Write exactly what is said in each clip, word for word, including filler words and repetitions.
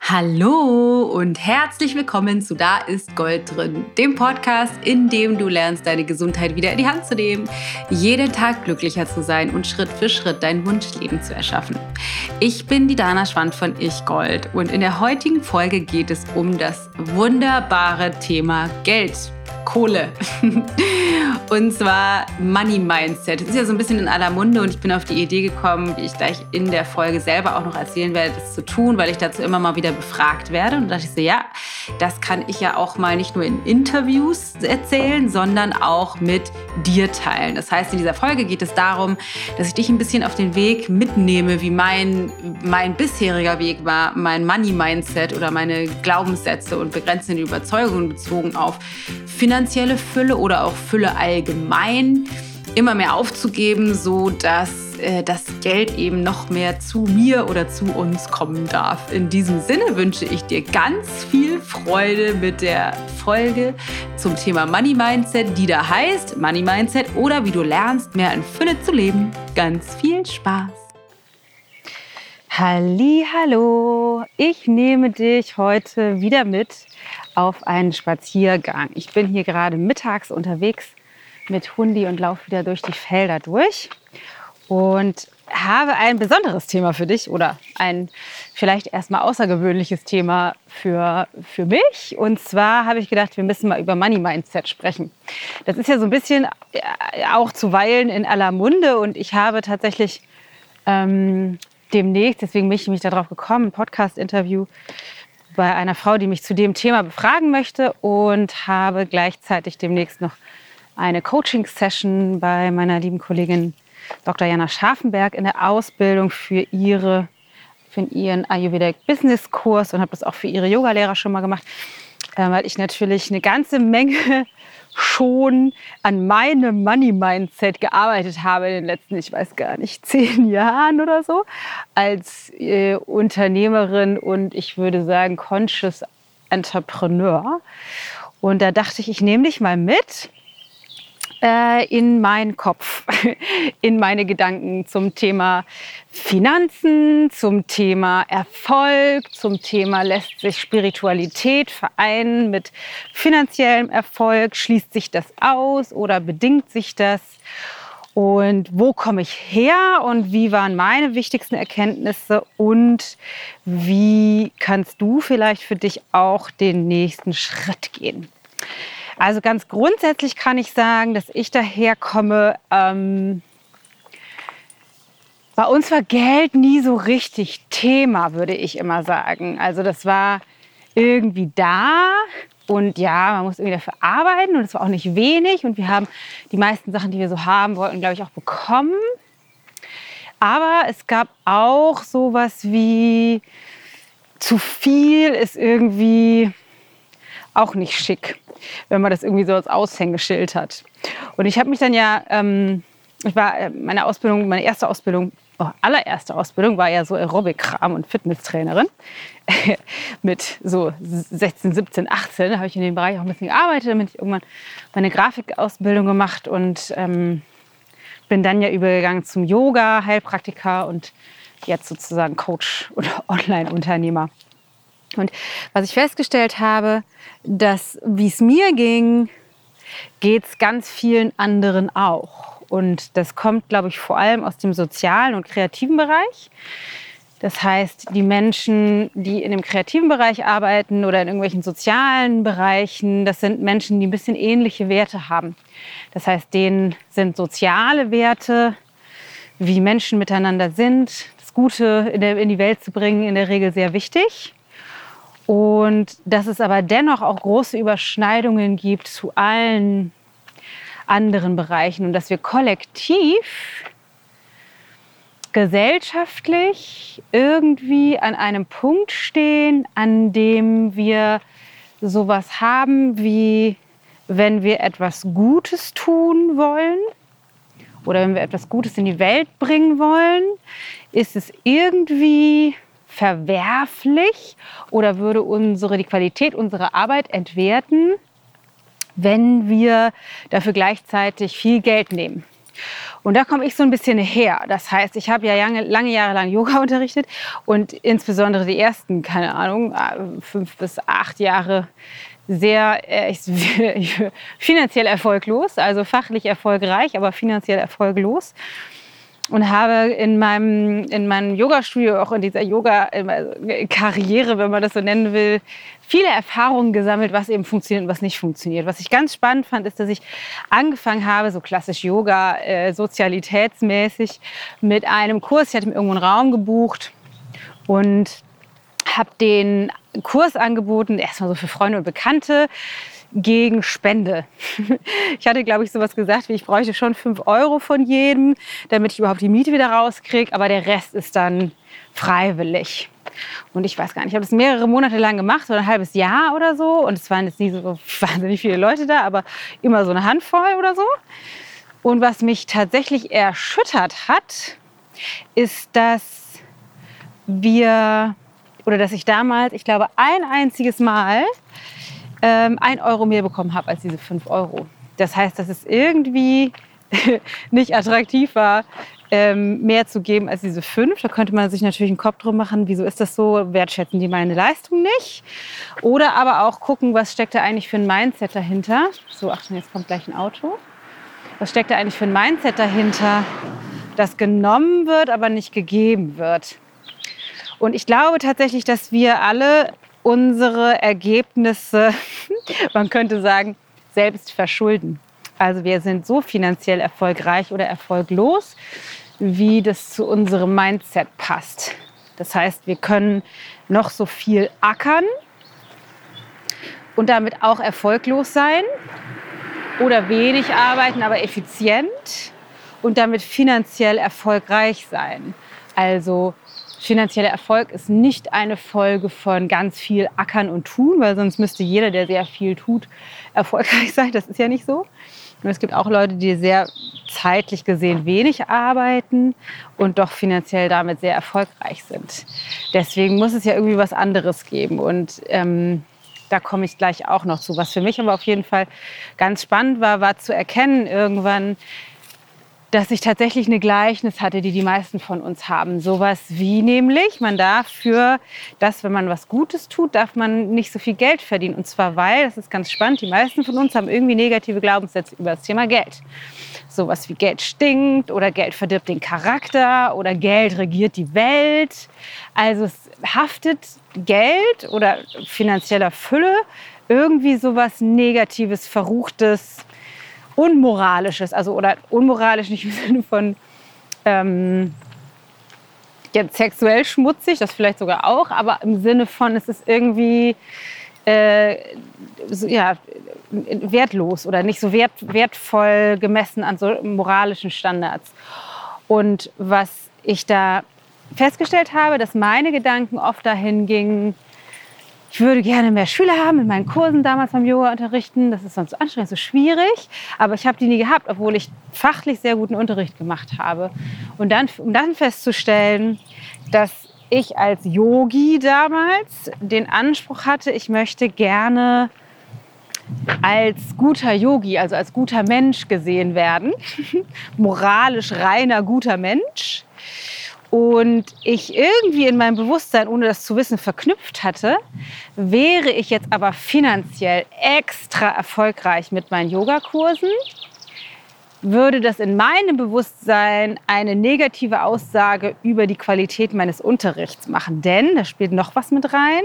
Hallo und herzlich willkommen zu Da ist Gold drin, dem Podcast, in dem du lernst, deine Gesundheit wieder in die Hand zu nehmen, jeden Tag glücklicher zu sein und Schritt für Schritt dein Wunschleben zu erschaffen. Ich bin die Dana Schwand von Ich Gold und in der heutigen Folge geht es um das wunderbare Thema Geld. Kohle. Und zwar Money Mindset. Das ist ja so ein bisschen in aller Munde und ich bin auf die Idee gekommen, wie ich gleich in der Folge selber auch noch erzählen werde, das zu tun, weil ich dazu immer mal wieder befragt werde. Und da dachte ich so, ja, das kann ich ja auch mal nicht nur in Interviews erzählen, sondern auch mit dir teilen. Das heißt, in dieser Folge geht es darum, dass ich dich ein bisschen auf den Weg mitnehme, wie mein, mein bisheriger Weg war, mein Money Mindset oder meine Glaubenssätze und begrenzende Überzeugungen bezogen auf finanzielle Fülle oder auch Fülle allgemein immer mehr aufzugeben, so dass äh, das Geld eben noch mehr zu mir oder zu uns kommen darf. In diesem Sinne wünsche ich dir ganz viel Freude mit der Folge zum Thema Money Mindset, die da heißt Money Mindset oder wie du lernst, mehr in Fülle zu leben. Ganz viel Spaß! Hallihallo, ich nehme dich heute wieder mit auf einen Spaziergang. Ich bin hier gerade mittags unterwegs mit Hundi und laufe wieder durch die Felder durch und habe ein besonderes Thema für dich oder ein vielleicht erstmal außergewöhnliches Thema für, für mich. Und zwar habe ich gedacht, wir müssen mal über Money Mindset sprechen. Das ist ja so ein bisschen auch zuweilen in aller Munde und ich habe tatsächlich ähm, demnächst, deswegen bin ich mich darauf gekommen, ein Podcast-Interview bei einer Frau, die mich zu dem Thema befragen möchte und habe gleichzeitig demnächst noch eine Coaching-Session bei meiner lieben Kollegin Doktor Jana Scharfenberg in der Ausbildung für, ihre, für ihren Ayurvedic Business Kurs und habe das auch für ihre Yogalehrer schon mal gemacht, weil ich natürlich eine ganze Menge schon an meinem Money Mindset gearbeitet habe in den letzten, ich weiß gar nicht, zehn Jahren oder so als äh, Unternehmerin und ich würde sagen Conscious Entrepreneur. Und da dachte ich, ich nehme dich mal mit äh, in meinen Kopf, in meine Gedanken zum Thema Finanzen, zum Thema Erfolg, zum Thema lässt sich Spiritualität vereinen mit finanziellem Erfolg, schließt sich das aus oder bedingt sich das? Und wo komme ich her und wie waren meine wichtigsten Erkenntnisse und wie kannst du vielleicht für dich auch den nächsten Schritt gehen? Also ganz grundsätzlich kann ich sagen, dass ich daherkomme, ähm, bei uns war Geld nie so richtig Thema, würde ich immer sagen. Also das war irgendwie da und ja, man muss irgendwie dafür arbeiten und es war auch nicht wenig. Und wir haben die meisten Sachen, die wir so haben wollten, glaube ich, auch bekommen. Aber es gab auch sowas wie zu viel ist irgendwie auch nicht schick, wenn man das irgendwie so als Aushängeschild hat. Und ich habe mich dann ja, ähm, ich war meine Ausbildung, meine erste Ausbildung, Oh, allererste Ausbildung war ja so Aerobic-Kram und Fitnesstrainerin. Mit so sechzehn, siebzehn, achtzehn habe ich in dem Bereich auch ein bisschen gearbeitet. Dann bin ich irgendwann meine Grafikausbildung gemacht und ähm, bin dann ja übergegangen zum Yoga, Heilpraktiker und jetzt sozusagen Coach oder Online-Unternehmer. Und was ich festgestellt habe, dass wie es mir ging, geht es ganz vielen anderen auch. Und das kommt, glaube ich, vor allem aus dem sozialen und kreativen Bereich. Das heißt, die Menschen, die in dem kreativen Bereich arbeiten oder in irgendwelchen sozialen Bereichen, das sind Menschen, die ein bisschen ähnliche Werte haben. Das heißt, denen sind soziale Werte, wie Menschen miteinander sind, das Gute in, der, in die Welt zu bringen, in der Regel sehr wichtig. Und dass es aber dennoch auch große Überschneidungen gibt zu allen anderen Bereichen und dass wir kollektiv, gesellschaftlich irgendwie an einem Punkt stehen, an dem wir sowas haben wie, wenn wir etwas Gutes tun wollen oder wenn wir etwas Gutes in die Welt bringen wollen, ist es irgendwie verwerflich oder würde unsere, die Qualität unserer Arbeit entwerten, wenn wir dafür gleichzeitig viel Geld nehmen. Und da komme ich so ein bisschen her. Das heißt, ich habe ja lange, lange Jahre lang Yoga unterrichtet und insbesondere die ersten, keine Ahnung, fünf bis acht Jahre sehr äh, finanziell erfolglos, also fachlich erfolgreich, aber finanziell erfolglos. Und habe in meinem, in meinem Yoga-Studio, auch in dieser Yoga-Karriere, wenn man das so nennen will, viele Erfahrungen gesammelt, was eben funktioniert und was nicht funktioniert. Was ich ganz spannend fand, ist, dass ich angefangen habe, so klassisch Yoga, äh, sozialitätsmäßig, mit einem Kurs. Ich hatte mir irgendwo einen Raum gebucht und habe den Kurs angeboten, erstmal so für Freunde und Bekannte, gegen Spende. Ich hatte, glaube ich, sowas gesagt, wie ich bräuchte schon fünf Euro von jedem, damit ich überhaupt die Miete wieder rauskriege, aber der Rest ist dann freiwillig. Und ich weiß gar nicht, ich habe das mehrere Monate lang gemacht, so ein halbes Jahr oder so. Und es waren jetzt nicht so wahnsinnig viele Leute da, aber immer so eine Handvoll oder so. Und was mich tatsächlich erschüttert hat, ist, dass wir, oder dass ich damals, ich glaube, ein einziges Mal ähm, ein Euro mehr bekommen habe als diese fünf Euro. Das heißt, dass es irgendwie nicht attraktiv war, ähm, mehr zu geben als diese fünf. Da könnte man sich natürlich einen Kopf drum machen, wieso ist das so, wertschätzen die meine Leistung nicht? Oder aber auch gucken, was steckt da eigentlich für ein Mindset dahinter. So, Achtung, jetzt kommt gleich ein Auto. Was steckt da eigentlich für ein Mindset dahinter, das genommen wird, aber nicht gegeben wird? Und ich glaube tatsächlich, dass wir alle unsere Ergebnisse, man könnte sagen, selbst verschulden. Also wir sind so finanziell erfolgreich oder erfolglos, wie das zu unserem Mindset passt. Das heißt, wir können noch so viel ackern und damit auch erfolglos sein oder wenig arbeiten, aber effizient und damit finanziell erfolgreich sein. Also finanzieller Erfolg ist nicht eine Folge von ganz viel Ackern und Tun, weil sonst müsste jeder, der sehr viel tut, erfolgreich sein. Das ist ja nicht so. Und es gibt auch Leute, die sehr zeitlich gesehen wenig arbeiten und doch finanziell damit sehr erfolgreich sind. Deswegen muss es ja irgendwie was anderes geben. Und ähm, da komme ich gleich auch noch zu. Was für mich aber auf jeden Fall ganz spannend war, war zu erkennen irgendwann, dass ich tatsächlich eine Gleichnis hatte, die die meisten von uns haben. Sowas wie nämlich, man darf für das, wenn man was Gutes tut, darf man nicht so viel Geld verdienen. Und zwar weil, das ist ganz spannend, die meisten von uns haben irgendwie negative Glaubenssätze über das Thema Geld. Sowas wie Geld stinkt oder Geld verdirbt den Charakter oder Geld regiert die Welt. Also es haftet Geld oder finanzieller Fülle irgendwie sowas Negatives, Verruchtes, Unmoralisches, also oder unmoralisch nicht im Sinne von ähm, jetzt sexuell schmutzig, das vielleicht sogar auch, aber im Sinne von, es ist irgendwie äh, so, ja, wertlos oder nicht so wert, wertvoll gemessen an so moralischen Standards. Und was ich da festgestellt habe, dass meine Gedanken oft dahin gingen, ich würde gerne mehr Schüler haben in meinen Kursen damals beim Yoga unterrichten. Das ist sonst so anstrengend, so schwierig. Aber ich habe die nie gehabt, obwohl ich fachlich sehr guten Unterricht gemacht habe. Und dann, um dann festzustellen, dass ich als Yogi damals den Anspruch hatte, ich möchte gerne als guter Yogi, also als guter Mensch gesehen werden. Moralisch reiner, guter Mensch. Und ich irgendwie in meinem Bewusstsein, ohne das zu wissen, verknüpft hatte, wäre ich jetzt aber finanziell extra erfolgreich mit meinen Yogakursen, würde das in meinem Bewusstsein eine negative Aussage über die Qualität meines Unterrichts machen. Denn, da spielt noch was mit rein,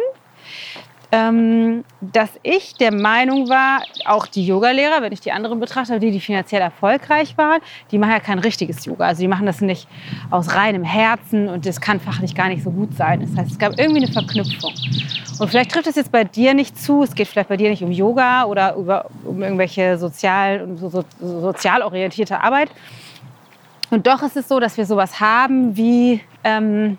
ähm, dass ich der Meinung war, auch die Yogalehrer, wenn ich die anderen betrachte, die, die finanziell erfolgreich waren, die machen ja kein richtiges Yoga. Also die machen das nicht aus reinem Herzen und das kann fachlich gar nicht so gut sein. Das heißt, es gab irgendwie eine Verknüpfung. Und vielleicht trifft es jetzt bei dir nicht zu, es geht vielleicht bei dir nicht um Yoga oder über, um irgendwelche sozial, so, so, sozial orientierte Arbeit. Und doch ist es so, dass wir sowas haben wie... Ähm,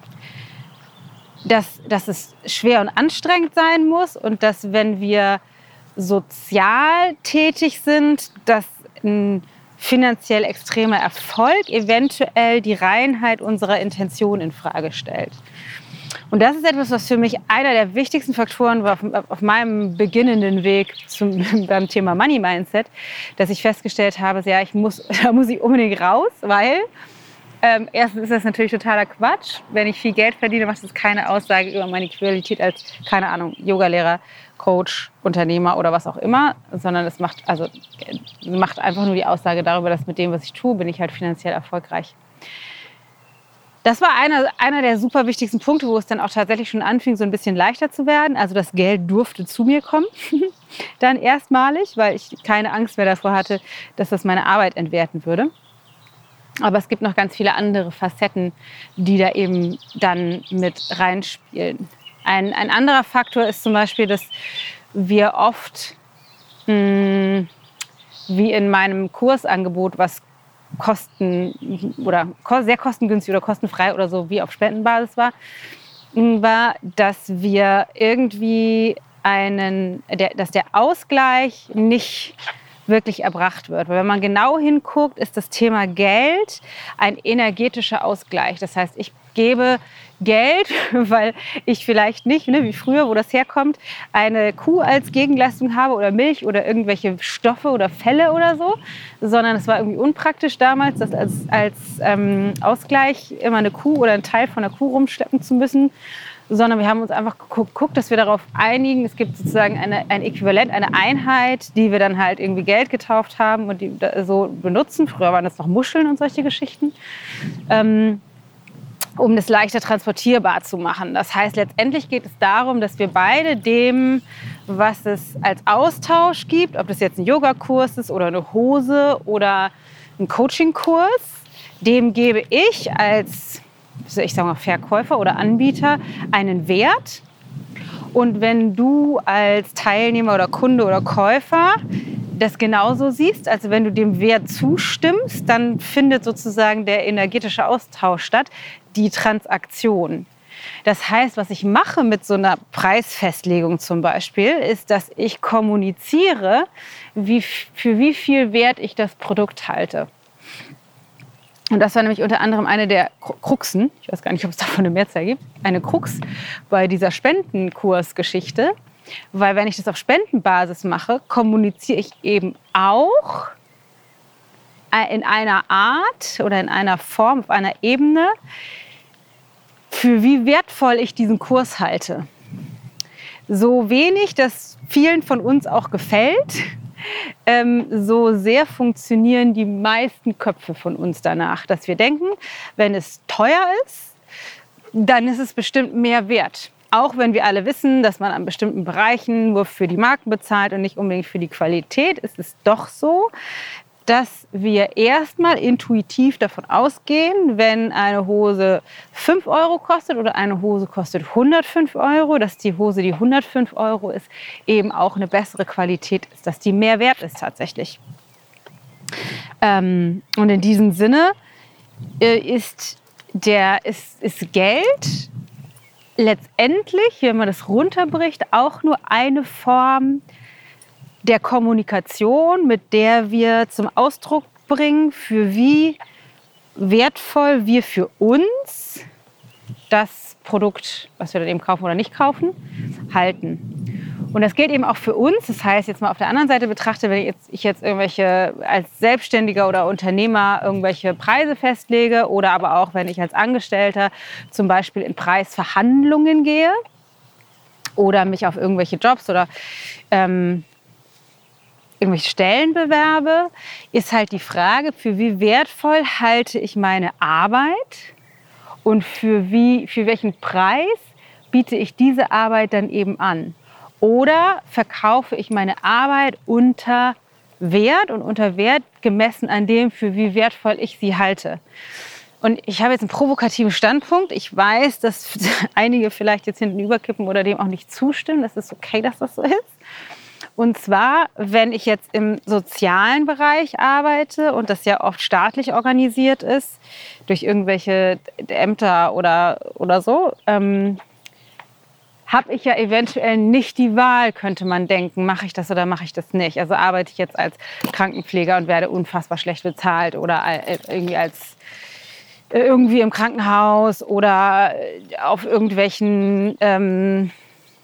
Dass, dass es schwer und anstrengend sein muss und dass, wenn wir sozial tätig sind, dass ein finanziell extremer Erfolg eventuell die Reinheit unserer Intention in Frage stellt. Und das ist etwas, was für mich einer der wichtigsten Faktoren war auf, auf meinem beginnenden Weg zum, beim Thema Money Mindset, dass ich festgestellt habe, ja, ich muss, da muss ich unbedingt raus, weil ähm, erstens ist das natürlich totaler Quatsch. Wenn ich viel Geld verdiene, macht das keine Aussage über meine Qualität als, keine Ahnung, Yogalehrer, Coach, Unternehmer oder was auch immer, sondern es macht, also, macht einfach nur die Aussage darüber, dass mit dem, was ich tue, bin ich halt finanziell erfolgreich. Das war einer, einer der super wichtigsten Punkte, wo es dann auch tatsächlich schon anfing, so ein bisschen leichter zu werden. Also das Geld durfte zu mir kommen, dann erstmalig, weil ich keine Angst mehr davor hatte, dass das meine Arbeit entwerten würde. Aber es gibt noch ganz viele andere Facetten, die da eben dann mit reinspielen. Ein, ein anderer Faktor ist zum Beispiel, dass wir oft, mh, wie in meinem Kursangebot, was Kosten oder sehr kostengünstig oder kostenfrei oder so wie auf Spendenbasis war, war, dass wir irgendwie einen, der, dass der Ausgleich nicht wirklich erbracht wird. Weil wenn man genau hinguckt, ist das Thema Geld ein energetischer Ausgleich. Das heißt, ich gebe Geld, weil ich vielleicht nicht, ne, wie früher, wo das herkommt, eine Kuh als Gegenleistung habe oder Milch oder irgendwelche Stoffe oder Felle oder so, sondern es war irgendwie unpraktisch damals, das als, als ähm, Ausgleich immer eine Kuh oder einen Teil von einer Kuh rumschleppen zu müssen, sondern wir haben uns einfach geguckt, dass wir darauf einigen, es gibt sozusagen eine, ein Äquivalent, eine Einheit, die wir dann halt irgendwie Geld getauft haben und die so benutzen. Früher waren das noch Muscheln und solche Geschichten. Ähm, um das leichter transportierbar zu machen. Das heißt, letztendlich geht es darum, dass wir beide dem, was es als Austausch gibt, ob das jetzt ein Yogakurs ist oder eine Hose oder ein Coachingkurs, dem gebe ich als, ich sag mal, Verkäufer oder Anbieter einen Wert. Und wenn du als Teilnehmer oder Kunde oder Käufer das genauso siehst, also wenn du dem Wert zustimmst, dann findet sozusagen der energetische Austausch statt, die Transaktion. Das heißt, was ich mache mit so einer Preisfestlegung zum Beispiel, ist, dass ich kommuniziere, wie, für wie viel Wert ich das Produkt halte. Und das war nämlich unter anderem eine der Kruxen, ich weiß gar nicht, ob es davon eine Mehrzahl gibt, eine Krux bei dieser Spendenkursgeschichte. Weil wenn ich das auf Spendenbasis mache, kommuniziere ich eben auch in einer Art oder in einer Form, auf einer Ebene, für wie wertvoll ich diesen Kurs halte. So wenig das vielen von uns auch gefällt, ähm, so sehr funktionieren die meisten Köpfe von uns danach, dass wir denken, wenn es teuer ist, dann ist es bestimmt mehr wert. Auch wenn wir alle wissen, dass man an bestimmten Bereichen nur für die Marken bezahlt und nicht unbedingt für die Qualität, ist es doch so, dass wir erstmal intuitiv davon ausgehen, wenn eine Hose fünf Euro kostet oder eine Hose kostet hundertfünf Euro, dass die Hose, die hundertfünf Euro ist, eben auch eine bessere Qualität ist, dass die mehr wert ist tatsächlich. Ähm, und in diesem Sinne äh, ist, der, ist, ist Geld letztendlich, wenn man das runterbricht, auch nur eine Form der Kommunikation, mit der wir zum Ausdruck bringen, für wie wertvoll wir für uns das Produkt, was wir dann eben kaufen oder nicht kaufen, halten. Und das gilt eben auch für uns. Das heißt, jetzt mal auf der anderen Seite betrachte, wenn ich jetzt, ich jetzt irgendwelche als Selbstständiger oder Unternehmer irgendwelche Preise festlege oder aber auch, wenn ich als Angestellter zum Beispiel in Preisverhandlungen gehe oder mich auf irgendwelche Jobs oder ähm, irgendwelche Stellen bewerbe, ist halt die Frage, für wie wertvoll halte ich meine Arbeit und für, wie, für welchen Preis biete ich diese Arbeit dann eben an. Oder verkaufe ich meine Arbeit unter Wert und unter Wert gemessen an dem, für wie wertvoll ich sie halte. Und ich habe jetzt einen provokativen Standpunkt. Ich weiß, dass einige vielleicht jetzt hinten überkippen oder dem auch nicht zustimmen. Das ist okay, dass das so ist. Und zwar, wenn ich jetzt im sozialen Bereich arbeite und das ja oft staatlich organisiert ist, durch irgendwelche Ämter oder, oder so, ähm, habe ich ja eventuell nicht die Wahl, könnte man denken, mache ich das oder mache ich das nicht. Also arbeite ich jetzt als Krankenpfleger und werde unfassbar schlecht bezahlt oder irgendwie als irgendwie im Krankenhaus oder auf irgendwelchen ähm,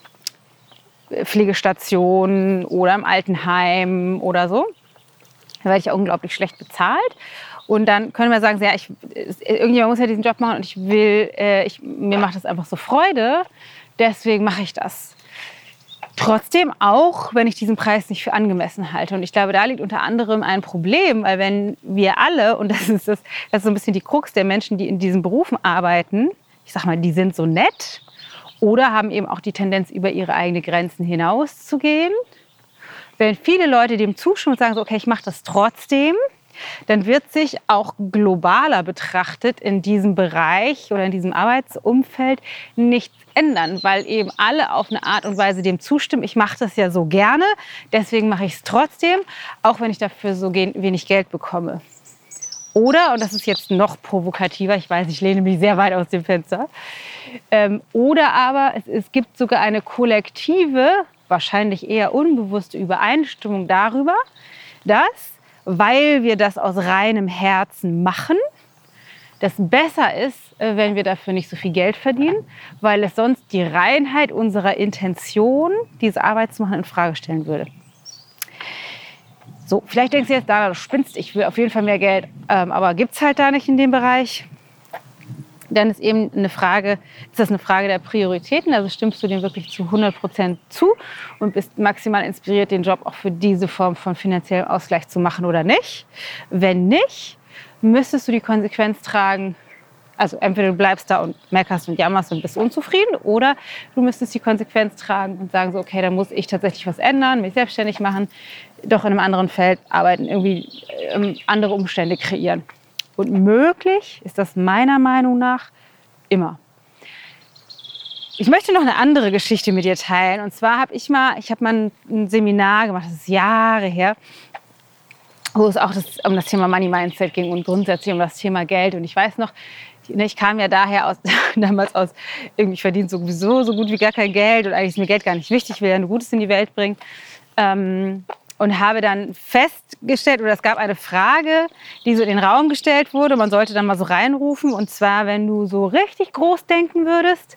Pflegestationen oder im Altenheim oder so. Da werde ich unglaublich schlecht bezahlt. Und dann können wir sagen, ja, ich, irgendjemand muss ja diesen Job machen und ich will, äh, ich, mir macht das einfach so Freude, deswegen mache ich das. Trotzdem auch, wenn ich diesen Preis nicht für angemessen halte. Und ich glaube, da liegt unter anderem ein Problem, weil wenn wir alle, und das ist, das, das ist so ein bisschen die Krux der Menschen, die in diesen Berufen arbeiten, ich sag mal, die sind so nett oder haben eben auch die Tendenz, über ihre eigenen Grenzen hinauszugehen. Wenn viele Leute dem zustimmen und sagen, so, okay, ich mache das trotzdem, dann wird sich auch globaler betrachtet in diesem Bereich oder in diesem Arbeitsumfeld nichts ändern, weil eben alle auf eine Art und Weise dem zustimmen. Ich mache das ja so gerne, deswegen mache ich es trotzdem, auch wenn ich dafür so wenig Geld bekomme. Oder, und das ist jetzt noch provokativer, ich weiß, ich lehne mich sehr weit aus dem Fenster, ähm, oder aber es, es gibt sogar eine kollektive, wahrscheinlich eher unbewusste Übereinstimmung darüber, dass, weil wir das aus reinem Herzen machen, das besser ist, wenn wir dafür nicht so viel Geld verdienen, weil es sonst die Reinheit unserer Intention, diese Arbeit zu machen, in Frage stellen würde. So, vielleicht denkst du jetzt, Dana, du spinnst, ich will auf jeden Fall mehr Geld, ähm, aber gibt es halt da nicht in dem Bereich. Dann ist eben eine Frage, ist das eine Frage der Prioritäten, also stimmst du dem wirklich zu hundert Prozent zu und bist maximal inspiriert, den Job auch für diese Form von finanziellem Ausgleich zu machen oder nicht. Wenn nicht, müsstest du die Konsequenz tragen, also entweder du bleibst da und meckerst und jammerst und bist unzufrieden oder du müsstest die Konsequenz tragen und sagen so, okay, dann muss ich tatsächlich was ändern, mich selbstständig machen, doch in einem anderen Feld arbeiten, irgendwie ähm, andere Umstände kreieren. Und möglich ist das meiner Meinung nach immer. Ich möchte noch eine andere Geschichte mit dir teilen. Und zwar habe ich mal, ich habe mal ein Seminar gemacht, das ist Jahre her, wo es auch das, um das Thema Money Mindset ging und grundsätzlich um das Thema Geld. Und ich weiß noch, ich kam ja daher aus, damals aus, irgendwie ich verdiene sowieso so gut wie gar kein Geld und eigentlich ist mir Geld gar nicht wichtig, ich will ja nur Gutes in die Welt bringen. Ähm, Und habe dann festgestellt, oder es gab eine Frage, die so in den Raum gestellt wurde. Man sollte dann mal so reinrufen. Und zwar, wenn du so richtig groß denken würdest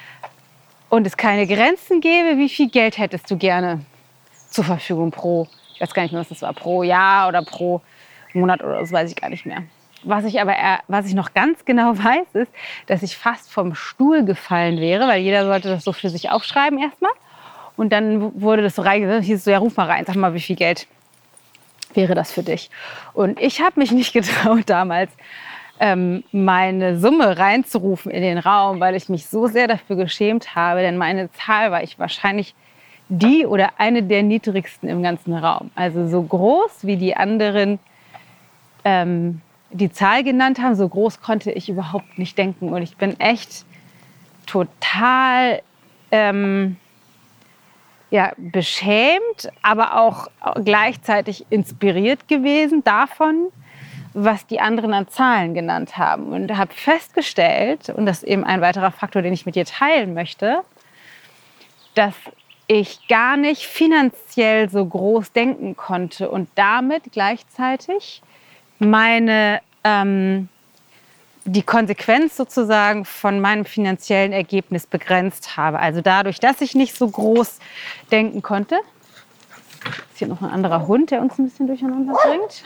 und es keine Grenzen gäbe, wie viel Geld hättest du gerne zur Verfügung pro, ich weiß gar nicht mehr, was das war, pro Jahr oder pro Monat oder so, weiß ich gar nicht mehr. Was ich aber, was ich noch ganz genau weiß, ist, dass ich fast vom Stuhl gefallen wäre, weil jeder sollte das so für sich aufschreiben erstmal. Und dann wurde das so reingesetzt, hieß es so, ja, ruf mal rein, sag mal, wie viel Geld wäre das für dich? Und ich habe mich nicht getraut damals, ähm, meine Summe reinzurufen in den Raum, weil ich mich so sehr dafür geschämt habe, denn meine Zahl war ich wahrscheinlich die oder eine der niedrigsten im ganzen Raum. Also so groß wie die anderen ähm, die Zahl genannt haben, so groß konnte ich überhaupt nicht denken. Und ich bin echt total... Ähm, ja, beschämt, aber auch gleichzeitig inspiriert gewesen davon, was die anderen an Zahlen genannt haben. Und habe festgestellt, und das ist eben ein weiterer Faktor, den ich mit dir teilen möchte, dass ich gar nicht finanziell so groß denken konnte und damit gleichzeitig meine ähm, die Konsequenz sozusagen von meinem finanziellen Ergebnis begrenzt habe. Also dadurch, dass ich nicht so groß denken konnte. Ist hier noch ein anderer Hund, der uns ein bisschen durcheinander bringt.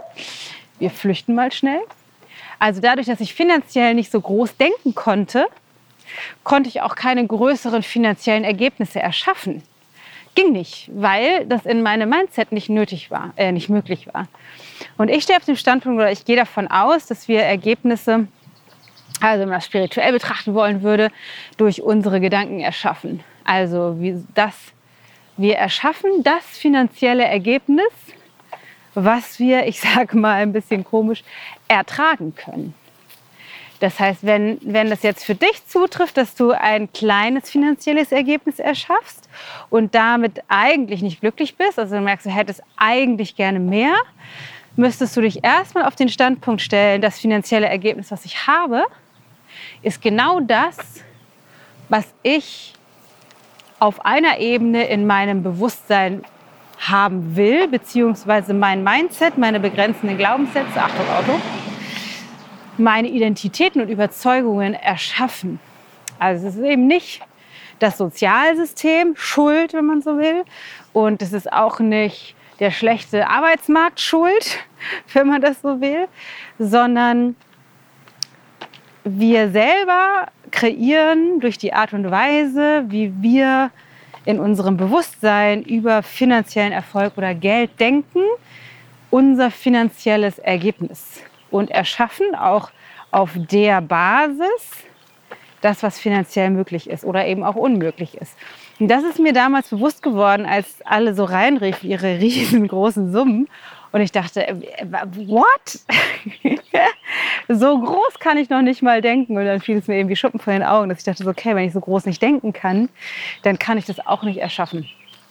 Wir flüchten mal schnell. Also dadurch, dass ich finanziell nicht so groß denken konnte, konnte ich auch keine größeren finanziellen Ergebnisse erschaffen. Ging nicht, weil das in meinem Mindset nicht nötig war, äh, nicht möglich war. Und ich stehe auf dem Standpunkt, oder ich gehe davon aus, dass wir Ergebnisse, also wenn man das spirituell betrachten wollen würde, durch unsere Gedanken erschaffen. Also wie das, wir erschaffen das finanzielle Ergebnis, was wir, ich sage mal ein bisschen komisch, ertragen können. Das heißt, wenn, wenn das jetzt für dich zutrifft, dass du ein kleines finanzielles Ergebnis erschaffst und damit eigentlich nicht glücklich bist, also du merkst, du hättest eigentlich gerne mehr, müsstest du dich erstmal auf den Standpunkt stellen, das finanzielle Ergebnis, was ich habe, ist genau das, was ich auf einer Ebene in meinem Bewusstsein haben will, beziehungsweise mein Mindset, meine begrenzenden Glaubenssätze, Achtung, Auto, meine Identitäten und Überzeugungen erschaffen. Also es ist eben nicht das Sozialsystem schuld, wenn man so will. Und es ist auch nicht der schlechte Arbeitsmarkt schuld, wenn man das so will, sondern wir selber kreieren durch die Art und Weise, wie wir in unserem Bewusstsein über finanziellen Erfolg oder Geld denken, unser finanzielles Ergebnis und erschaffen auch auf der Basis das, was finanziell möglich ist oder eben auch unmöglich ist. Und das ist mir damals bewusst geworden, als alle so reinriefen, ihre riesengroßen Summen. Und ich dachte, what? So groß kann ich noch nicht mal denken. Und dann fiel es mir eben wie Schuppen von den Augen, dass ich dachte, okay, wenn ich so groß nicht denken kann, dann kann ich das auch nicht erschaffen.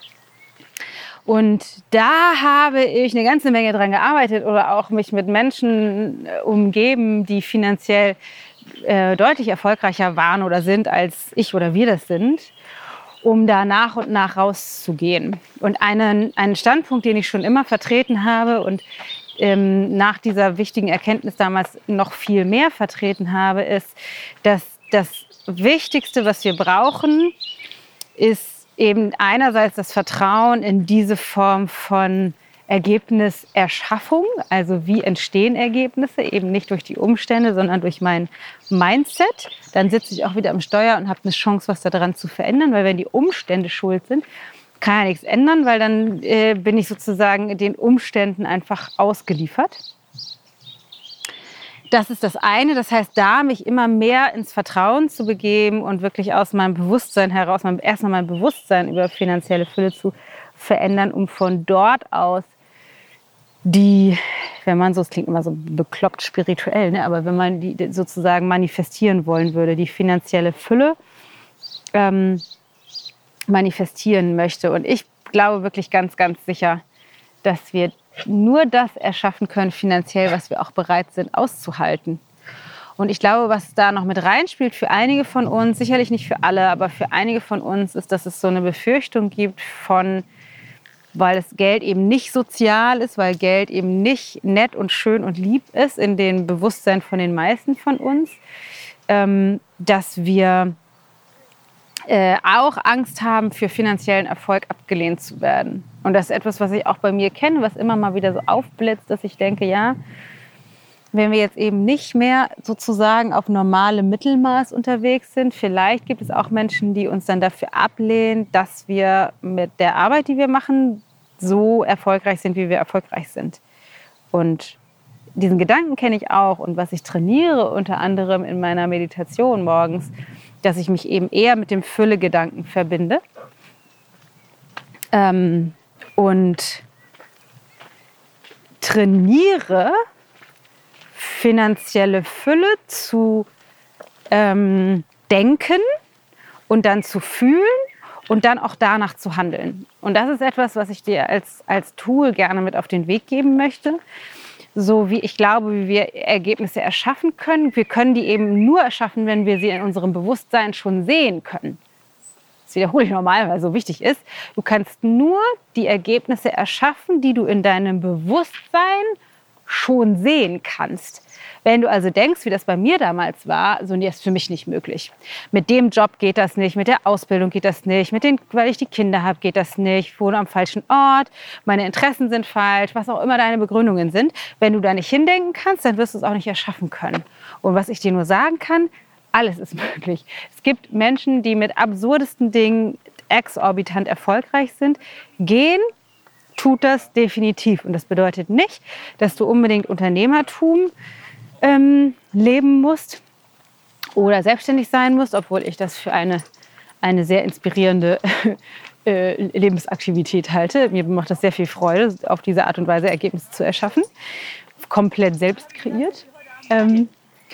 Und da habe ich eine ganze Menge dran gearbeitet oder auch mich mit Menschen umgeben, die finanziell äh, deutlich erfolgreicher waren oder sind, als ich oder wir das sind, um da nach und nach rauszugehen. Und einen, einen Standpunkt, den ich schon immer vertreten habe und ähm, nach dieser wichtigen Erkenntnis damals noch viel mehr vertreten habe, ist, dass das Wichtigste, was wir brauchen, ist eben einerseits das Vertrauen in diese Form von Ergebniserschaffung, also wie entstehen Ergebnisse, eben nicht durch die Umstände, sondern durch mein Mindset. Dann sitze ich auch wieder am Steuer und habe eine Chance, was daran zu verändern, weil wenn die Umstände schuld sind, kann ja nichts ändern, weil dann äh, bin ich sozusagen den Umständen einfach ausgeliefert. Das ist das eine. Das heißt, da mich immer mehr ins Vertrauen zu begeben und wirklich aus meinem Bewusstsein heraus, erstmal mein Bewusstsein über finanzielle Fülle zu verändern, um von dort aus die, wenn man so, es klingt immer so bekloppt spirituell, ne? Aber wenn man die sozusagen manifestieren wollen würde, die finanzielle Fülle ähm, manifestieren möchte. Und ich glaube wirklich ganz, ganz sicher, dass wir nur das erschaffen können finanziell, was wir auch bereit sind auszuhalten. Und ich glaube, was da noch mit reinspielt für einige von uns, sicherlich nicht für alle, aber für einige von uns, ist, dass es so eine Befürchtung gibt von, weil das Geld eben nicht sozial ist, weil Geld eben nicht nett und schön und lieb ist in dem Bewusstsein von den meisten von uns, ähm, dass wir äh, auch Angst haben, für finanziellen Erfolg abgelehnt zu werden. Und das ist etwas, was ich auch bei mir kenne, was immer mal wieder so aufblitzt, dass ich denke, ja, wenn wir jetzt eben nicht mehr sozusagen auf normalem Mittelmaß unterwegs sind, vielleicht gibt es auch Menschen, die uns dann dafür ablehnen, dass wir mit der Arbeit, die wir machen, so erfolgreich sind, wie wir erfolgreich sind. Und diesen Gedanken kenne ich auch. Und was ich trainiere, unter anderem in meiner Meditation morgens, dass ich mich eben eher mit dem Fülle-Gedanken verbinde. Ähm, und trainiere, finanzielle Fülle zu ähm, denken und dann zu fühlen und dann auch danach zu handeln. Und das ist etwas, was ich dir als, als Tool gerne mit auf den Weg geben möchte. So wie ich glaube, wie wir Ergebnisse erschaffen können. Wir können die eben nur erschaffen, wenn wir sie in unserem Bewusstsein schon sehen können. Das wiederhole ich nochmal, weil es so wichtig ist. Du kannst nur die Ergebnisse erschaffen, die du in deinem Bewusstsein schon sehen kannst. Wenn du also denkst, wie das bei mir damals war, so, nee, ist für mich nicht möglich. Mit dem Job geht das nicht, mit der Ausbildung geht das nicht, mit den, weil ich die Kinder habe, geht das nicht, ich wohne am falschen Ort, meine Interessen sind falsch, was auch immer deine Begründungen sind. Wenn du da nicht hindenken kannst, dann wirst du es auch nicht erschaffen können. Und was ich dir nur sagen kann, alles ist möglich. Es gibt Menschen, die mit absurdesten Dingen exorbitant erfolgreich sind, gehen, tut das definitiv. Und das bedeutet nicht, dass du unbedingt Unternehmertum ähm, leben musst oder selbstständig sein musst, obwohl ich das für eine, eine sehr inspirierende äh, Lebensaktivität halte. Mir macht das sehr viel Freude, auf diese Art und Weise Ergebnisse zu erschaffen. Komplett selbst kreiert. Ähm,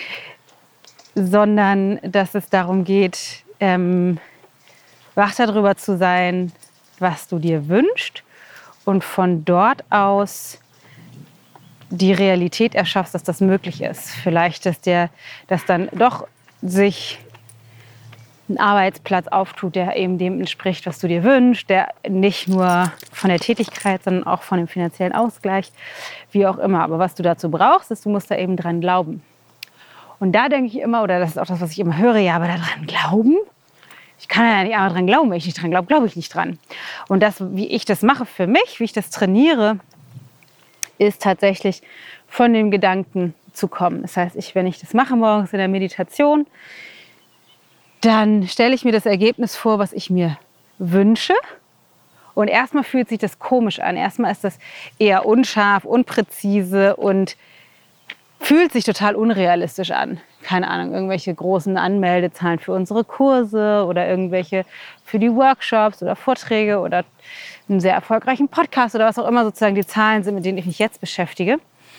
sondern dass es darum geht, ähm, wach darüber zu sein, was du dir wünschst und von dort aus die Realität erschaffst, dass das möglich ist. Vielleicht, dass, der, dass dann doch sich ein Arbeitsplatz auftut, der eben dem entspricht, was du dir wünschst, der nicht nur von der Tätigkeit, sondern auch von dem finanziellen Ausgleich, wie auch immer. Aber was du dazu brauchst, ist, du musst da eben dran glauben. Und da denke ich immer, oder das ist auch das, was ich immer höre, ja, aber daran glauben? Ich kann ja nicht einmal dran glauben, wenn ich nicht dran glaube, glaube ich nicht dran. Und das, wie ich das mache für mich, wie ich das trainiere, ist tatsächlich von dem Gedanken zu kommen. Das heißt, ich, wenn ich das mache morgens in der Meditation, dann stelle ich mir das Ergebnis vor, was ich mir wünsche. Und erstmal fühlt sich das komisch an. Erstmal ist das eher unscharf, unpräzise und fühlt sich total unrealistisch an. Keine Ahnung, irgendwelche großen Anmeldezahlen für unsere Kurse oder irgendwelche für die Workshops oder Vorträge oder einen sehr erfolgreichen Podcast oder was auch immer sozusagen die Zahlen sind, mit denen ich mich jetzt beschäftige.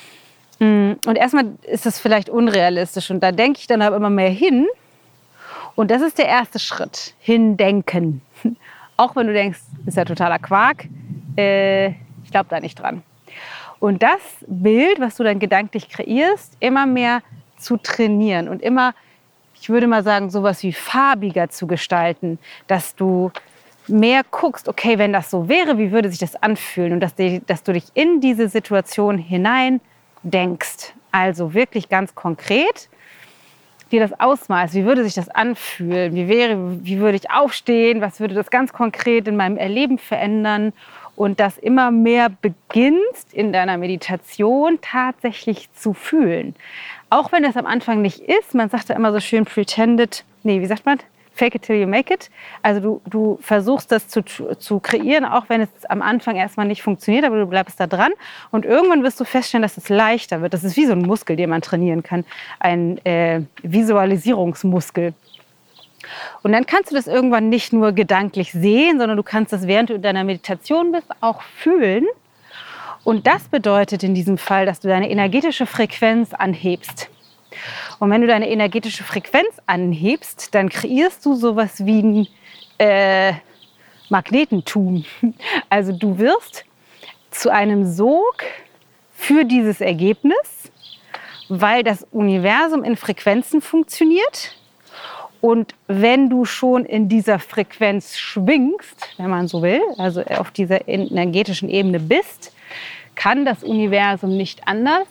Und erstmal ist das vielleicht unrealistisch und da denke ich dann aber immer mehr hin. Und das ist der erste Schritt, hindenken. Auch wenn du denkst, ist ja totaler Quark, äh, ich glaube da nicht dran. Und das Bild, was du dann gedanklich kreierst, immer mehr zu trainieren und immer, ich würde mal sagen, sowas wie farbiger zu gestalten, dass du mehr guckst, okay, wenn das so wäre, wie würde sich das anfühlen? Und dass, die, dass du dich in diese Situation hinein denkst. Also wirklich ganz konkret dir das ausmalst. Wie würde sich das anfühlen? Wie, wäre, wie würde ich aufstehen? Was würde das ganz konkret in meinem Erleben verändern? Und das immer mehr beginnst in deiner Meditation tatsächlich zu fühlen. Auch wenn es am Anfang nicht ist, man sagt ja immer so schön pretended, nee, wie sagt man? Fake it till you make it. Also du, du versuchst das zu, zu kreieren, auch wenn es am Anfang erstmal nicht funktioniert, aber du bleibst da dran. Und irgendwann wirst du feststellen, dass es leichter wird. Das ist wie so ein Muskel, den man trainieren kann. Ein äh, Visualisierungsmuskel. Und dann kannst du das irgendwann nicht nur gedanklich sehen, sondern du kannst das, während du in deiner Meditation bist, auch fühlen. Und das bedeutet in diesem Fall, dass du deine energetische Frequenz anhebst. Und wenn du deine energetische Frequenz anhebst, dann kreierst du sowas wie ein äh, Magnetentum. Also du wirst zu einem Sog für dieses Ergebnis, weil das Universum in Frequenzen funktioniert. Und wenn du schon in dieser Frequenz schwingst, wenn man so will, also auf dieser energetischen Ebene bist, kann das Universum nicht anders,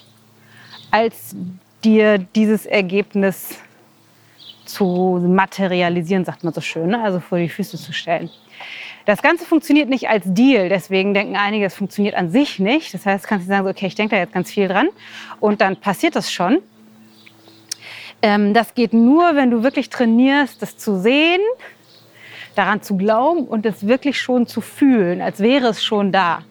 als dir dieses Ergebnis zu materialisieren, sagt man so schön, ne? Also vor die Füße zu stellen. Das Ganze funktioniert nicht als Deal, deswegen denken einige, es funktioniert an sich nicht. Das heißt, kannst du sagen, okay, ich denke da jetzt ganz viel dran und dann passiert das schon. Ähm, das geht nur, wenn du wirklich trainierst, das zu sehen, daran zu glauben und es wirklich schon zu fühlen, als wäre es schon da.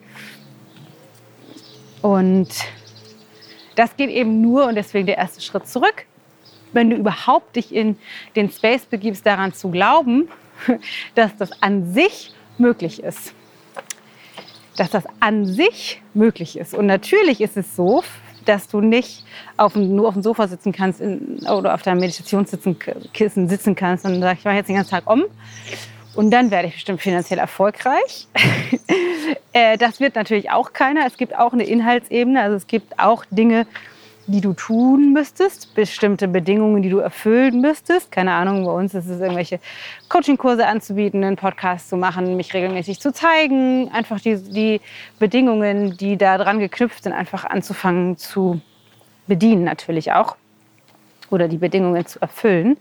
Und das geht eben nur, und deswegen der erste Schritt zurück, wenn du überhaupt dich in den Space begibst, daran zu glauben, dass das an sich möglich ist. Dass das an sich möglich ist. Und natürlich ist es so, dass du nicht auf dem, nur auf dem Sofa sitzen kannst in, oder auf deinem Meditationskissen sitzen kannst und sagst, ich mache jetzt den ganzen Tag um und dann werde ich bestimmt finanziell erfolgreich. äh, das wird natürlich auch keiner. Es gibt auch eine Inhaltsebene, also es gibt auch Dinge, die du tun müsstest, bestimmte Bedingungen, die du erfüllen müsstest. Keine Ahnung, bei uns ist es irgendwelche Coachingkurse anzubieten, einen Podcast zu machen, mich regelmäßig zu zeigen. Einfach die, die Bedingungen, die da dran geknüpft sind, einfach anzufangen zu bedienen natürlich auch. Oder die Bedingungen zu erfüllen.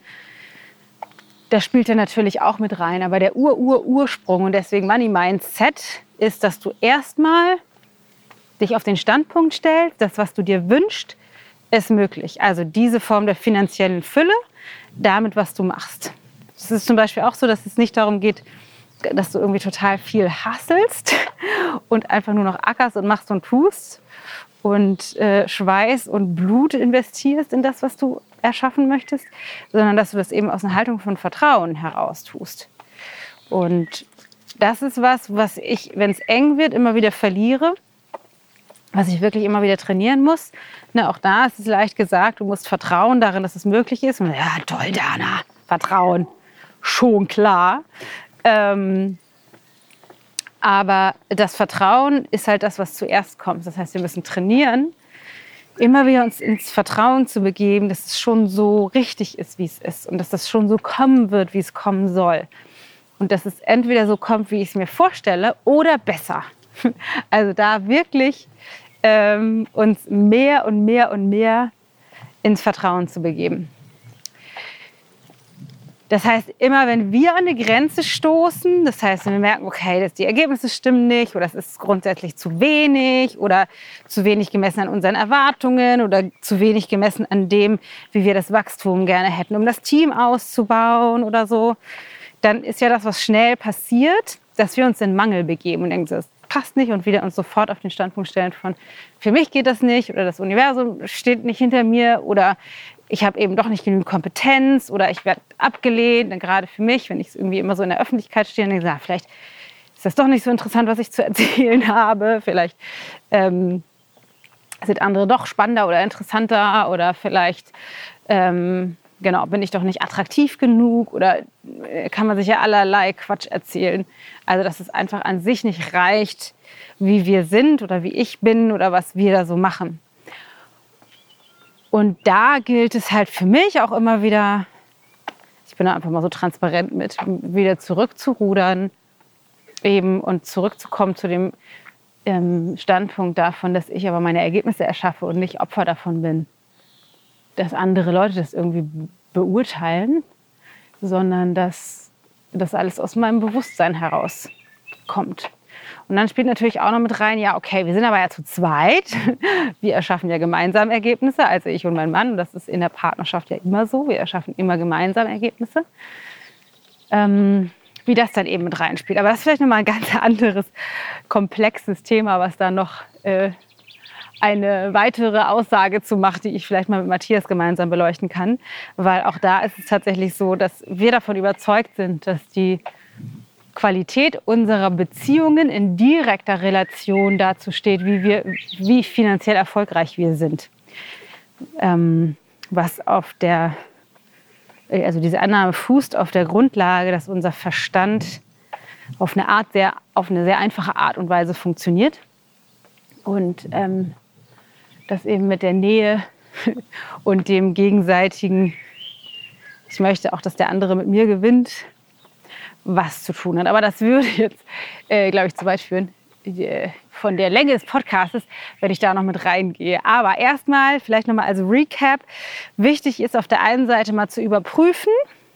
Das spielt ja natürlich auch mit rein. Aber der Ur-Ur-Ursprung und deswegen Money Mindset ist, dass du erstmal dich auf den Standpunkt stellst, das, was du dir wünschst, ist möglich. Also diese Form der finanziellen Fülle, damit, was du machst. Es ist zum Beispiel auch so, dass es nicht darum geht, dass du irgendwie total viel hasselst und einfach nur noch ackerst und machst und tust und äh, Schweiß und Blut investierst in das, was du erschaffen möchtest, sondern dass du das eben aus einer Haltung von Vertrauen heraus tust. Und das ist was, was ich, wenn es eng wird, immer wieder verliere, was ich wirklich immer wieder trainieren muss. Ne, auch da ist es leicht gesagt, du musst vertrauen darin, dass es möglich ist. Und ja, toll, Dana, Vertrauen, schon klar. Ähm, aber das Vertrauen ist halt das, was zuerst kommt. Das heißt, wir müssen trainieren, immer wieder uns ins Vertrauen zu begeben, dass es schon so richtig ist, wie es ist. Und dass das schon so kommen wird, wie es kommen soll. Und dass es entweder so kommt, wie ich es mir vorstelle, oder besser. Also da wirklich ähm, uns mehr und mehr und mehr ins Vertrauen zu begeben. Das heißt, immer wenn wir an eine Grenze stoßen, das heißt, wenn wir merken, okay, das, die Ergebnisse stimmen nicht oder es ist grundsätzlich zu wenig oder zu wenig gemessen an unseren Erwartungen oder zu wenig gemessen an dem, wie wir das Wachstum gerne hätten, um das Team auszubauen oder so, dann ist ja das, was schnell passiert, dass wir uns in Mangel begeben und denken, das passt nicht und wieder uns sofort auf den Standpunkt stellen von, für mich geht das nicht oder das Universum steht nicht hinter mir oder ich habe eben doch nicht genügend Kompetenz oder ich werde abgelehnt. Und gerade für mich, wenn ich irgendwie immer so in der Öffentlichkeit stehe und denke, ah, vielleicht ist das doch nicht so interessant, was ich zu erzählen habe. Vielleicht ähm, sind andere doch spannender oder interessanter oder vielleicht ähm, genau, bin ich doch nicht attraktiv genug oder kann man sich ja allerlei Quatsch erzählen. Also dass es einfach an sich nicht reicht, wie wir sind oder wie ich bin oder was wir da so machen. Und da gilt es halt für mich auch immer wieder, ich bin da einfach mal so transparent mit, wieder zurückzurudern eben und zurückzukommen zu dem ähm, Standpunkt davon, dass ich aber meine Ergebnisse erschaffe und nicht Opfer davon bin, dass andere Leute das irgendwie beurteilen, sondern dass das alles aus meinem Bewusstsein herauskommt. Und dann spielt natürlich auch noch mit rein, ja, okay, wir sind aber ja zu zweit. Wir erschaffen ja gemeinsam Ergebnisse, also ich und mein Mann. Und das ist in der Partnerschaft ja immer so. Wir erschaffen immer gemeinsam Ergebnisse. Ähm, wie das dann eben mit reinspielt. Aber das ist vielleicht nochmal ein ganz anderes, komplexes Thema, was da noch äh, eine weitere Aussage zu macht, die ich vielleicht mal mit Matthias gemeinsam beleuchten kann. Weil auch da ist es tatsächlich so, dass wir davon überzeugt sind, dass die Qualität unserer Beziehungen in direkter Relation dazu steht, wie, wir, wie finanziell erfolgreich wir sind. Ähm, was auf der, also diese Annahme fußt auf der Grundlage, dass unser Verstand auf eine Art sehr, auf eine sehr einfache Art und Weise funktioniert und ähm, das eben mit der Nähe und dem gegenseitigen, ich möchte auch, dass der andere mit mir gewinnt, was zu tun hat. Aber das würde jetzt, äh, glaube ich, zu weit führen. Äh, von der Länge des Podcasts, wenn ich da noch mit reingehe. Aber erstmal, vielleicht nochmal als Recap, wichtig ist auf der einen Seite mal zu überprüfen,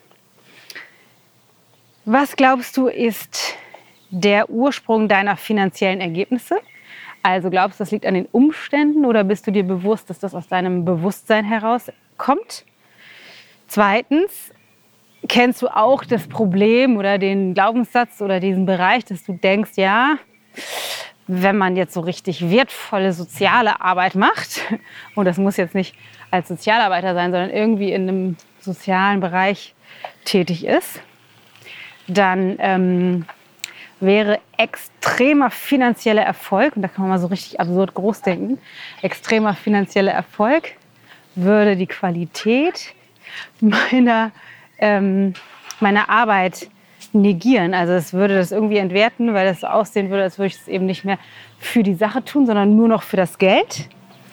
was glaubst du ist der Ursprung deiner finanziellen Ergebnisse? Also glaubst du, das liegt an den Umständen oder bist du dir bewusst, dass das aus deinem Bewusstsein herauskommt? Zweitens, kennst du auch das Problem oder den Glaubenssatz oder diesen Bereich, dass du denkst, ja, wenn man jetzt so richtig wertvolle soziale Arbeit macht, und das muss jetzt nicht als Sozialarbeiter sein, sondern irgendwie in einem sozialen Bereich tätig ist, dann ähm, wäre extremer finanzieller Erfolg, und da kann man mal so richtig absurd groß denken, extremer finanzieller Erfolg würde die Qualität meiner Ähm, meine Arbeit negieren. Also es würde das irgendwie entwerten, weil das so aussehen würde, als würde ich es eben nicht mehr für die Sache tun, sondern nur noch für das Geld.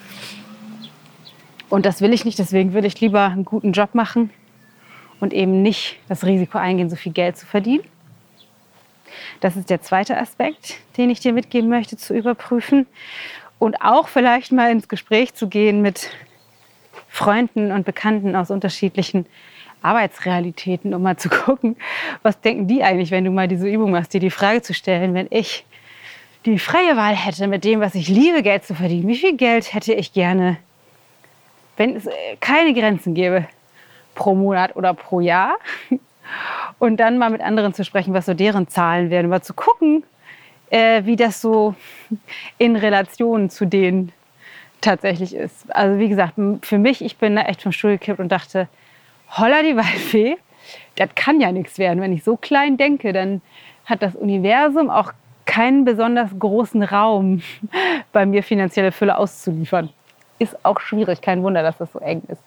Und das will ich nicht, deswegen würde ich lieber einen guten Job machen und eben nicht das Risiko eingehen, so viel Geld zu verdienen. Das ist der zweite Aspekt, den ich dir mitgeben möchte, zu überprüfen. Und auch vielleicht mal ins Gespräch zu gehen mit Freunden und Bekannten aus unterschiedlichen Arbeitsrealitäten, um mal zu gucken, was denken die eigentlich, wenn du mal diese Übung machst, dir die Frage zu stellen, wenn ich die freie Wahl hätte, mit dem, was ich liebe, Geld zu verdienen, wie viel Geld hätte ich gerne, wenn es keine Grenzen gäbe, pro Monat oder pro Jahr? Und dann mal mit anderen zu sprechen, was so deren Zahlen wären, mal zu gucken, äh, wie das so in Relation zu denen tatsächlich ist. Also wie gesagt, für mich, ich bin da echt vom Stuhl gekippt und dachte, holla die Waldfee, das kann ja nichts werden. Wenn ich so klein denke, dann hat das Universum auch keinen besonders großen Raum, bei mir finanzielle Fülle auszuliefern. Ist auch schwierig, kein Wunder, dass das so eng ist.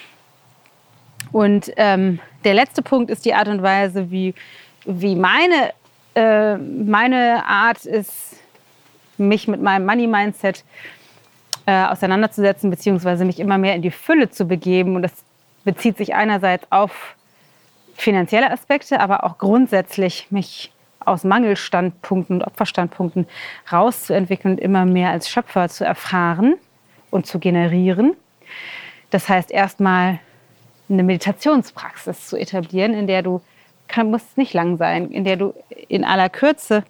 Und ähm, der letzte Punkt ist die Art und Weise, wie, wie meine, äh, meine Art ist, mich mit meinem Money-Mindset äh, auseinanderzusetzen, beziehungsweise mich immer mehr in die Fülle zu begeben. Und das bezieht sich einerseits auf finanzielle Aspekte, aber auch grundsätzlich mich aus Mangelstandpunkten und Opferstandpunkten rauszuentwickeln und immer mehr als Schöpfer zu erfahren und zu generieren. Das heißt, erstmal eine Meditationspraxis zu etablieren, in der du, kann, muss es nicht lang sein, in der du in aller Kürze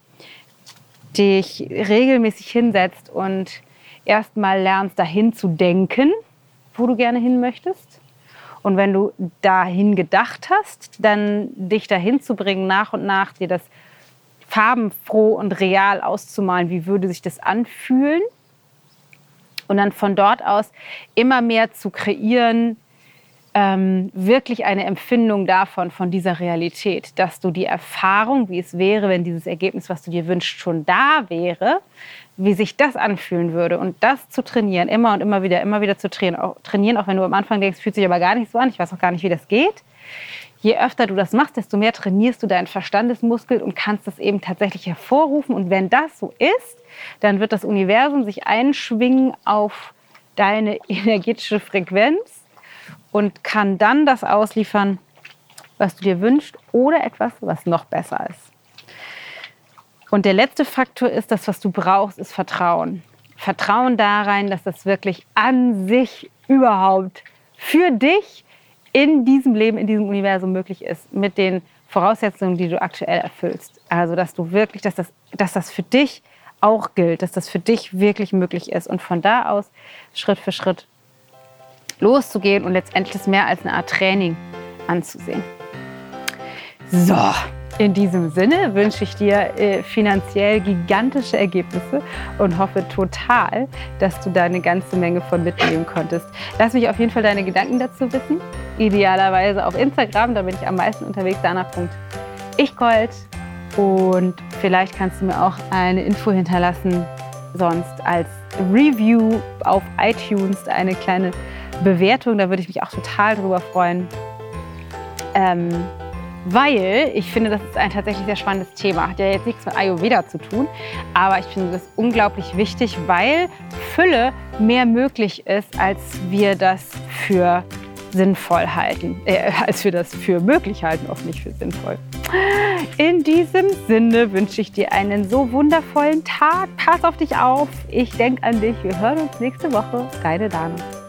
dich regelmäßig hinsetzt und erstmal lernst, dahin zu denken, wo du gerne hin möchtest. Und wenn du dahin gedacht hast, dann dich dahin zu bringen, nach und nach dir das farbenfroh und real auszumalen, wie würde sich das anfühlen. Und dann von dort aus immer mehr zu kreieren, ähm, wirklich eine Empfindung davon, von dieser Realität, dass du die Erfahrung, wie es wäre, wenn dieses Ergebnis, was du dir wünschst, schon da wäre, wie sich das anfühlen würde. Und das zu trainieren, immer und immer wieder, immer wieder zu trainieren, auch, trainieren, auch wenn du am Anfang denkst, fühlt sich aber gar nicht so an, ich weiß auch gar nicht, wie das geht. Je öfter du das machst, desto mehr trainierst du deinen Verstandesmuskel und kannst das eben tatsächlich hervorrufen. Und wenn das so ist, dann wird das Universum sich einschwingen auf deine energetische Frequenz und kann dann das ausliefern, was du dir wünschst oder etwas, was noch besser ist. Und der letzte Faktor ist, das, was du brauchst, ist Vertrauen. Vertrauen da rein, dass das wirklich an sich überhaupt für dich in diesem Leben, in diesem Universum möglich ist, mit den Voraussetzungen, die du aktuell erfüllst. Also, dass du wirklich, dass das, dass das für dich auch gilt, dass das für dich wirklich möglich ist. Und von da aus Schritt für Schritt loszugehen und letztendlich das mehr als eine Art Training anzusehen. So, in diesem Sinne wünsche ich dir äh, finanziell gigantische Ergebnisse und hoffe total, dass du da eine ganze Menge von mitnehmen konntest. Lass mich auf jeden Fall deine Gedanken dazu wissen. Idealerweise auf Instagram, da bin ich am meisten unterwegs, dana punkt ichgold. Und vielleicht kannst du mir auch eine Info hinterlassen, sonst als Review auf iTunes, eine kleine Bewertung, da würde ich mich auch total drüber freuen. Ähm, weil ich finde, das ist ein tatsächlich sehr spannendes Thema. Hat ja jetzt nichts mit Ayurveda zu tun, aber ich finde das unglaublich wichtig, weil Fülle mehr möglich ist, als wir das für sinnvoll halten, äh, als wir das für möglich halten, oft nicht für sinnvoll. In diesem Sinne wünsche ich dir einen so wundervollen Tag. Pass auf dich auf. Ich denke an dich. Wir hören uns nächste Woche. Deine Dana.